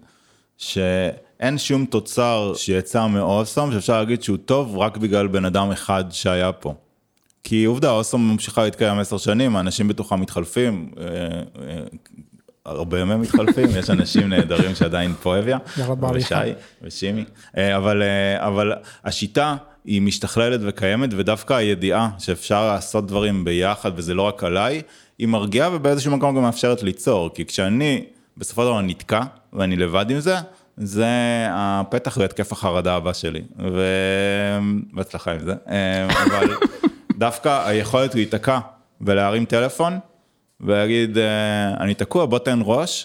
שאין שום תוצר שיצא מאוסום, שאפשר להגיד שהוא טוב, רק בגלל בן אדם אחד שהיה פה. כי עובדה, אוסום ממשיכה להתקיים עשר שנים, האנשים בתוכם מתחלפים, אה, אה, הרבה מהם מתחלפים, יש אנשים נהדרים שעדיין פה אביה, ושי, ושימי, אבל, אבל השיטה היא משתכללת וקיימת, ודווקא הידיעה שאפשר לעשות דברים ביחד, וזה לא רק עליי, היא מרגיעה ובאיזשהו מקום גם מאפשרת ליצור, כי כשאני בסופו של דבר נתקע, ואני לבד עם זה, זה הפתח להתקף החרדה הבא שלי, ובהצלחה עם זה, אבל דווקא היכולת להיתקע ולהרים טלפון, ולהגיד, אני תקוע, בוא תן ראש,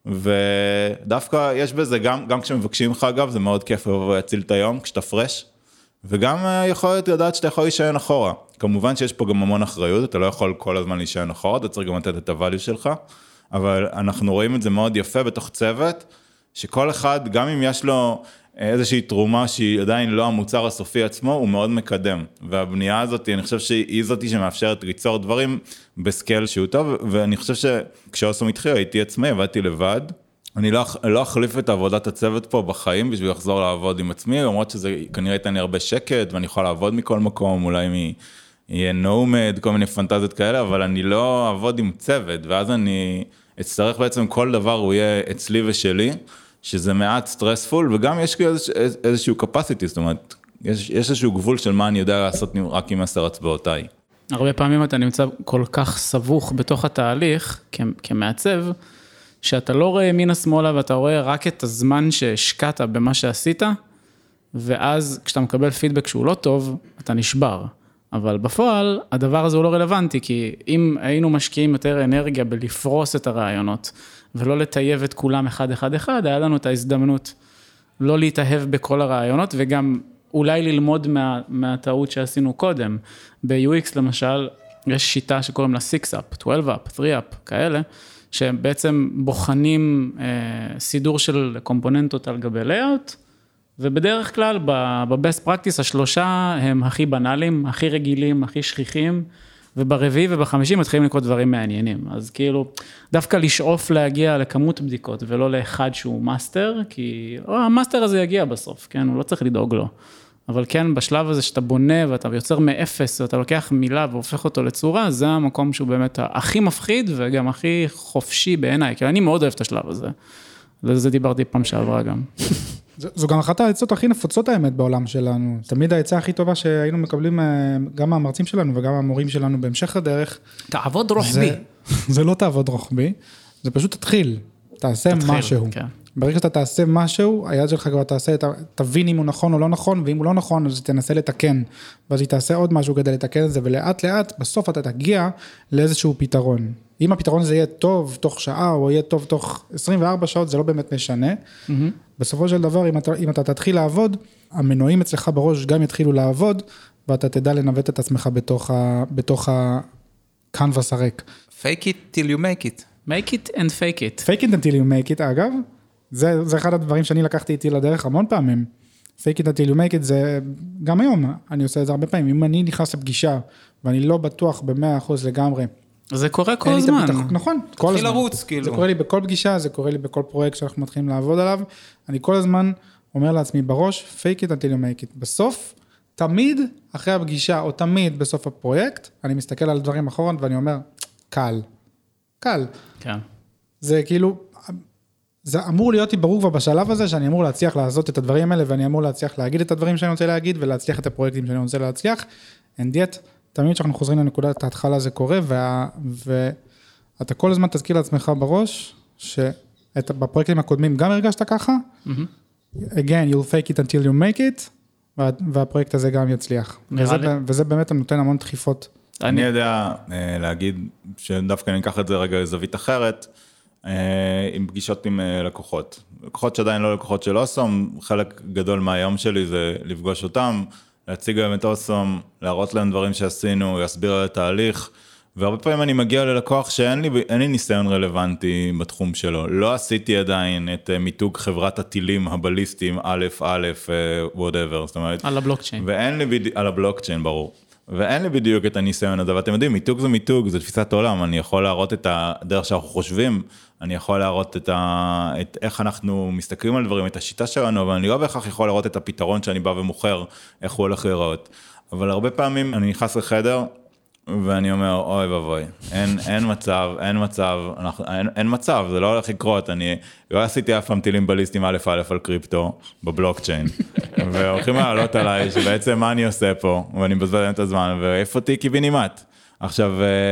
ודווקא יש בזה, גם, גם כשמבקשים לך אגב, זה מאוד כיף להציל את היום, כשאתה פרש, וגם יכול להיות לדעת שאתה יכול להישען אחורה. כמובן שיש פה גם המון אחריות, אתה לא יכול כל הזמן להישען אחורה, אתה צריך גם לתת את הvalue שלך, אבל אנחנו רואים את זה מאוד יפה בתוך צוות, שכל אחד, גם אם יש לו איזושהי תרומה שהיא עדיין לא המוצר הסופי עצמו, הוא מאוד מקדם. והבנייה הזאת, אני חושב שהיא זאת שמאפשרת ליצור דברים בסקייל שהוא טוב, ואני חושב שכשאוסום התחיל, הייתי עצמי, עבדתי לבד. אני לא, לא אחליף את עבודת הצוות פה בחיים, בשביל לחזור לעבוד עם עצמי, למרות שזה כנראה ייתן לי הרבה שקט, ואני יכול לעבוד מכל מקום, אולי מ... יהיה נומד, כל מיני פנטזיות כאלה, אבל אני לא אעבוד עם צוות, ואז אני אצטרך בעצם כל דבר הוא יהיה אצלי ושלי, שזה מעט סטרספול, וגם יש לי איזוש, איזשהו capacity, זאת אומרת, יש, יש איזשהו גבול של מה אני יודע לעשות רק עם עשר אצבעותיי. הרבה פעמים אתה נמצא כל כך סבוך בתוך התהליך, כ- כמעצב, שאתה לא רואה ימינה שמאלה, ואתה רואה רק את הזמן שהשקעת במה שעשית, ואז כשאתה מקבל פידבק שהוא לא טוב, אתה נשבר. אבל בפועל, הדבר הזה הוא לא רלוונטי, כי אם היינו משקיעים יותר אנרגיה בלפרוס את הרעיונות, ולא לטייב את כולם אחד אחד אחד, היה לנו את ההזדמנות לא להתאהב בכל הרעיונות, וגם אולי ללמוד מה, מהטעות שעשינו קודם. ב-יו אקס למשל, יש שיטה שקוראים לה סיקס אפ, twelve אפ, three אפ, כאלה, שבעצם בוחנים אה, סידור של קומפוננטות על גבי layout, ובדרך כלל, ב-best practice, השלושה הם הכי בנאליים, הכי רגילים, הכי שכיחים, וברביעי ובחמישי מתחילים לקרות דברים מעניינים. אז כאילו, דווקא לשאוף להגיע לכמות בדיקות, ולא לאחד שהוא מאסטר, כי או, המאסטר הזה יגיע בסוף, כן? הוא לא צריך לדאוג לו. אבל כן, בשלב הזה שאתה בונה, ואתה יוצר מאפס, ואתה לוקח מילה והופך אותו לצורה, זה המקום שהוא באמת הכי מפחיד, וגם הכי חופשי בעיניי, כי אני מאוד אוהב את השלב הזה. לזה דיברתי פעם שעברה גם. זו גם אחת העצות הכי נפוצות האמת בעולם שלנו. תמיד העצה הכי טובה שהיינו מקבלים גם מהמרצים שלנו וגם מהמורים שלנו בהמשך הדרך. תעבוד רוחבי. זה לא תעבוד רוחבי, זה פשוט תתחיל, תעשה משהו. ברגע שאתה תעשה משהו, היד שלך כבר תעשה, תבין אם הוא נכון או לא נכון, ואם הוא לא נכון, אז תנסה לתקן, ואז היא תעשה עוד משהו כדי לתקן את זה, ולאט לאט, בסוף אתה תגיע לאיזשהו פתרון. אם הפתרון הזה יהיה טוב תוך שעה, או יהיה טוב תוך עשרים וארבע שעות, זה לא באמת משנה. Mm-hmm. בסופו של דבר, אם אתה, אם אתה תתחיל לעבוד, המנועים אצלך בראש גם יתחילו לעבוד, ואתה תדע לנווט את עצמך בתוך ה, בתוך הקנבס הריק. Fake it till you make it. Make it and fake it. Fake it until you make it, אגב, זה, זה אחד הדברים שאני לקחתי איתי לדרך המון פעמים. Fake it until you make it, זה גם היום, אני עושה את זה הרבה פעמים. אם אני נכנס לפגישה, ואני לא בטוח ב-מאה אחוז לגמרי, זה קורה כל הזמן. נכון, כל הזמן. לרוץ, כאילו. זה קורה לי בכל פגישה, זה קורה לי בכל פרויקט שאנחנו מתחילים לעבוד עליו. אני כל הזמן אומר לעצמי בראש, fake it until you make it. בסוף, תמיד אחרי הפגישה, או תמיד בסוף הפרויקט, אני מסתכל על דברים אחרות, ואני אומר, קל. קל. כן. זה כאילו, זה אמור להיות לי ברור כבר בשלב הזה, שאני אמור להצליח לעשות את הדברים האלה, ואני אמור להצליח להגיד את הדברים שאני רוצה להגיד, ולהצליח את הפרויקטים שאני רוצה להצליח. And yet, תמיד שאנחנו חוזרים לנקודת ההתחלה זה קורה, וה, ואתה כל הזמן תזכיר לעצמך בראש, שבפרויקטים הקודמים גם הרגשת ככה, mm-hmm. again, you'll fake it until you make it, וה, והפרויקט הזה גם יצליח. וזה, וזה באמת נותן המון דחיפות. אני יודע להגיד, שדווקא אני אקח את זה רגע לזווית אחרת, עם פגישות עם לקוחות. לקוחות שעדיין לא לקוחות של אוסום, חלק גדול מהיום שלי זה לפגוש אותם, להציג להם את אוסום, להראות להם דברים שעשינו, להסביר על התהליך, והרבה פעמים אני מגיע ללקוח שאין לי, אין לי ניסיון רלוונטי בתחום שלו. לא עשיתי עדיין את מיתוג חברת הטילים הבליסטיים, א' א', whatever, זאת אומרת. על הבלוקצ'יין. ואין לי בדיוק, על הבלוקצ'יין, ברור. ואין לי בדיוק את הניסיון הזה, ואתם יודעים, מיתוג זה מיתוג, זה תפיסת עולם, אני יכול להראות את הדרך שאנחנו חושבים, אני יכול להראות את, ה... את איך אנחנו מסתכלים על דברים, את השיטה שלנו, אבל אני לא בהכרח יכול להראות את הפתרון שאני בא ומוכר, איך הוא הולך להיראות. אבל הרבה פעמים אני נכנס לחדר, ואני אומר, אוי ואבוי, אין, אין מצב, אין מצב, אנחנו, אין, אין מצב, זה לא הולך לקרות, אני לא עשיתי אף פעם טילים בליסטים א' א' על קריפטו, בבלוקצ'יין, והולכים לעלות עליי, שבעצם מה אני עושה פה, ואני מבזבז להם את הזמן, ואיפה אותי קיבינימט. עכשיו,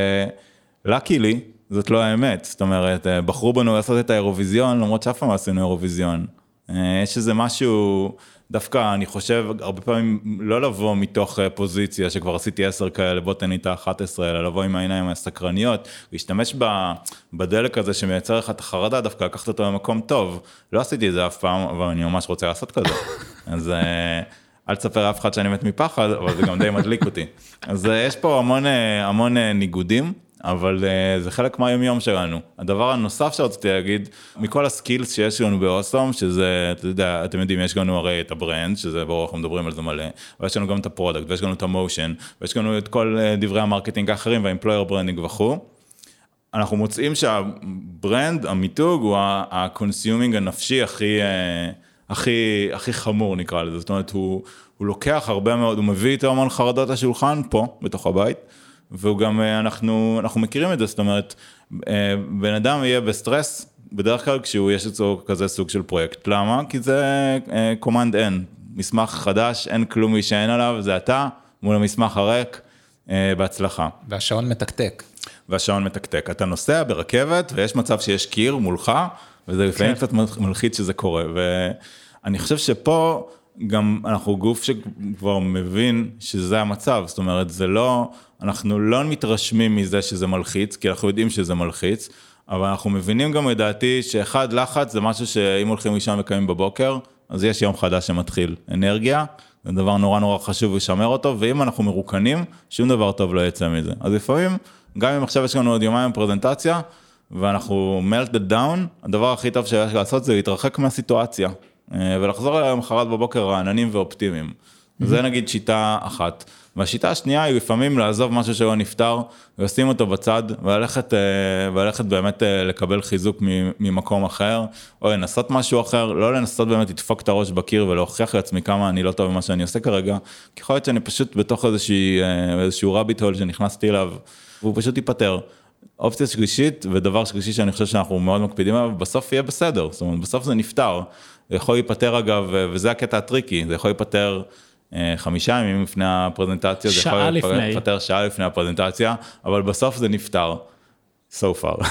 לקי לי, זאת לא האמת, זאת אומרת, בחרו בנו לעשות את האירוויזיון, למרות שאף פעם עשינו אירוויזיון. יש איזה משהו, דווקא אני חושב, הרבה פעמים לא לבוא מתוך פוזיציה, שכבר עשיתי עשר כאלה, בוא תן לי את ה-אחת עשרה, אלא לבוא עם העיניים הסקרניות, להשתמש בדלק הזה שמייצר לך את החרדה, דווקא לקחת אותו למקום טוב. לא עשיתי את זה אף פעם, אבל אני ממש רוצה לעשות כזה. אז אל תספר אף אחד שאני מת מפחד, אבל זה גם די מדליק אותי. אז יש פה המון, המון ניגודים, אבל uh, זה חלק מהיום-יום שלנו. הדבר הנוסף שרציתי להגיד, מכל הסקילס שיש לנו באוסום, שזה, אתה יודע, אתם יודעים, יש לנו הרי את הברנד, שזה ברור, אנחנו מדברים על זה מלא, ויש לנו גם את הפרודקט, ויש לנו את המושן, ויש לנו את כל uh, דברי המרקטינג האחרים, והאמפלויר ברנדינג וכו'. אנחנו מוצאים שהברנד, המיתוג, הוא הקונסיומינג הנפשי הכי, הכי, הכי חמור נקרא לזה. זאת אומרת, הוא, הוא לוקח הרבה מאוד, הוא מביא איתו המון חרדות לשולחן פה, בתוך הבית, והוא גם, אנחנו, אנחנו מכירים את זה, זאת אומרת, בן אדם יהיה בסטרס, בדרך כלל כשהוא יש אצלו כזה סוג של פרויקט. למה? כי זה קומנד N, מסמך חדש, אין כלום להישען עליו, זה אתה, מול המסמך הריק, בהצלחה. והשעון מתקתק. והשעון מתקתק. אתה נוסע ברכבת, ויש מצב שיש קיר מולך, וזה לפעמים קצת מלחיץ שזה קורה. ואני חושב שפה גם אנחנו גוף שכבר מבין שזה המצב. זאת אומרת, זה לא, אנחנו לא מתרשמים מזה שזה מלחיץ, כי אנחנו יודעים שזה מלחיץ, אבל אנחנו מבינים גם לדעתי שאחד לחץ זה משהו שאם הולכים משם וקמים בבוקר, אז יש יום חדש שמתחיל. אנרגיה, זה דבר נורא נורא חשוב לשמר אותו, ואם אנחנו מרוקנים, שום דבר טוב לא יצא מזה. אז לפעמים, גם אם עכשיו יש לנו עוד יומיים פרזנטציה, ואנחנו melt it down, הדבר הכי טוב שיש לעשות זה להתרחק מהסיטואציה, ולחזור אליהם אחרת בבוקר רעננים ואופטימיים. Mm-hmm. זה נגיד שיטה אחת. והשיטה השנייה היא לפעמים לעזוב משהו שלא נפטר, ולשים אותו בצד, וללכת, וללכת באמת לקבל חיזוק ממקום אחר, או לנסות משהו אחר, לא לנסות באמת לדפוק את הראש בקיר, ולהוכיח לעצמי כמה אני לא טוב במה שאני עושה כרגע, כי יכול להיות שאני פשוט בתוך איזושהי, איזשהו רביט הול שנכנסתי אליו, והוא פשוט ייפטר. אופציה שלישית, ודבר שלישי שאני חושב שאנחנו מאוד מקפידים עליו, בסוף יהיה בסדר, זאת אומרת, בסוף זה נפטר. זה יכול להיפטר אגב, וזה הקטע הטריקי, זה יכול להיפטר חמישה ימים לפני הפרזנטציה, זה יכול להיפטר שעה לפני הפרזנטציה, אבל בסוף זה נפטר, so far.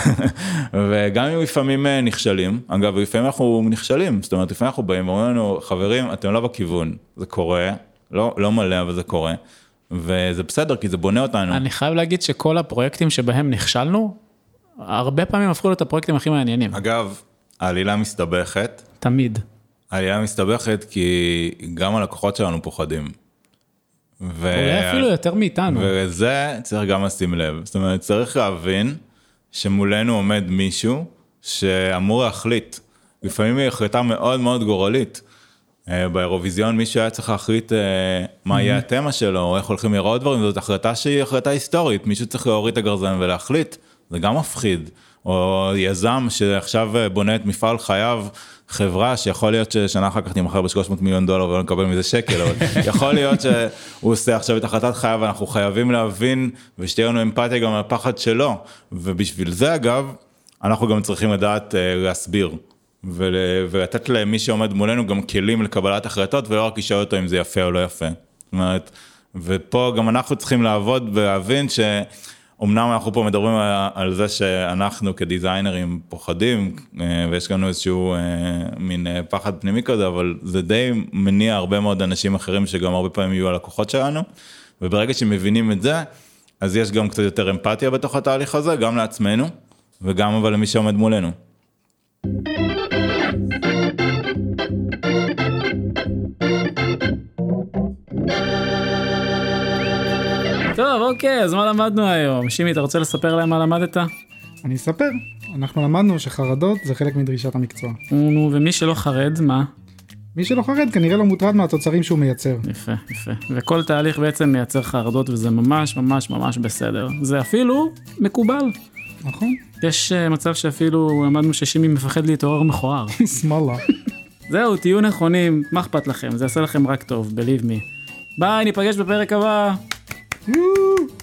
וגם אם לפעמים נכשלים, אגב, לפעמים אנחנו נכשלים, זאת אומרת, לפעמים אנחנו באים ואומרים לנו, חברים, אתם לא בכיוון, זה קורה, לא, לא מלא, אבל זה קורה. וזה בסדר, כי זה בונה אותנו. אני חייב להגיד שכל הפרויקטים שבהם נכשלנו, הרבה פעמים הפכו להיות הפרויקטים הכי מעניינים. אגב, העלילה מסתבכת. תמיד. העלילה מסתבכת כי גם הלקוחות שלנו פוחדים. ו... אולי אפילו יותר מאיתנו. וזה צריך גם לשים לב. זאת אומרת, צריך להבין שמולנו עומד מישהו שאמור להחליט. לפעמים היא החלטה מאוד מאוד גורלית. באירוויזיון מישהו היה צריך להחליט מה יהיה התמה שלו, או איך הולכים לראות דברים, זאת החלטה שהיא החלטה היסטורית, מישהו צריך להוריד את הגרזן ולהחליט, זה גם מפחיד, או יזם שעכשיו בונה את מפעל חייו, חברה שיכול להיות ששנה אחר כך תמכר ב-שלוש מאות מיליון דולר ולא נקבל מזה שקל, אבל יכול להיות שהוא עושה עכשיו את החלטת חייו, ואנחנו חייבים להבין, ושתהיה לנו אמפתיה גם על הפחד שלו, ובשביל זה אגב, אנחנו גם צריכים לדעת להסביר. ולתת למי שעומד מולנו גם כלים לקבלת החלטות, ולא רק לשאול אותו אם זה יפה או לא יפה. זאת אומרת, ופה גם אנחנו צריכים לעבוד ולהבין שאומנם אנחנו פה מדברים על זה שאנחנו כדיזיינרים פוחדים, ויש לנו איזשהו מין פחד פנימי כזה, אבל זה די מניע הרבה מאוד אנשים אחרים שגם הרבה פעמים יהיו הלקוחות שלנו, וברגע שמבינים את זה, אז יש גם קצת יותר אמפתיה בתוך התהליך הזה, גם לעצמנו, וגם אבל למי שעומד מולנו. טוב, אוקיי, אז מה למדנו היום? שימי, אתה רוצה לספר להם מה למדת? אני אספר. אנחנו למדנו שחרדות זה חלק מדרישת המקצוע. נו, ומי שלא חרד, מה? מי שלא חרד כנראה לא מוטרד מהתוצרים שהוא מייצר. יפה, יפה. וכל תהליך בעצם מייצר חרדות, וזה ממש ממש ממש בסדר. זה אפילו מקובל. נכון. יש מצב שאפילו למדנו ששימי מפחד להתעורר מכוער. שמאלה. זהו, תהיו נכונים, מה אכפת לכם? זה יעשה לכם רק טוב, believe me. ביי, ניפגש בפרק הבא.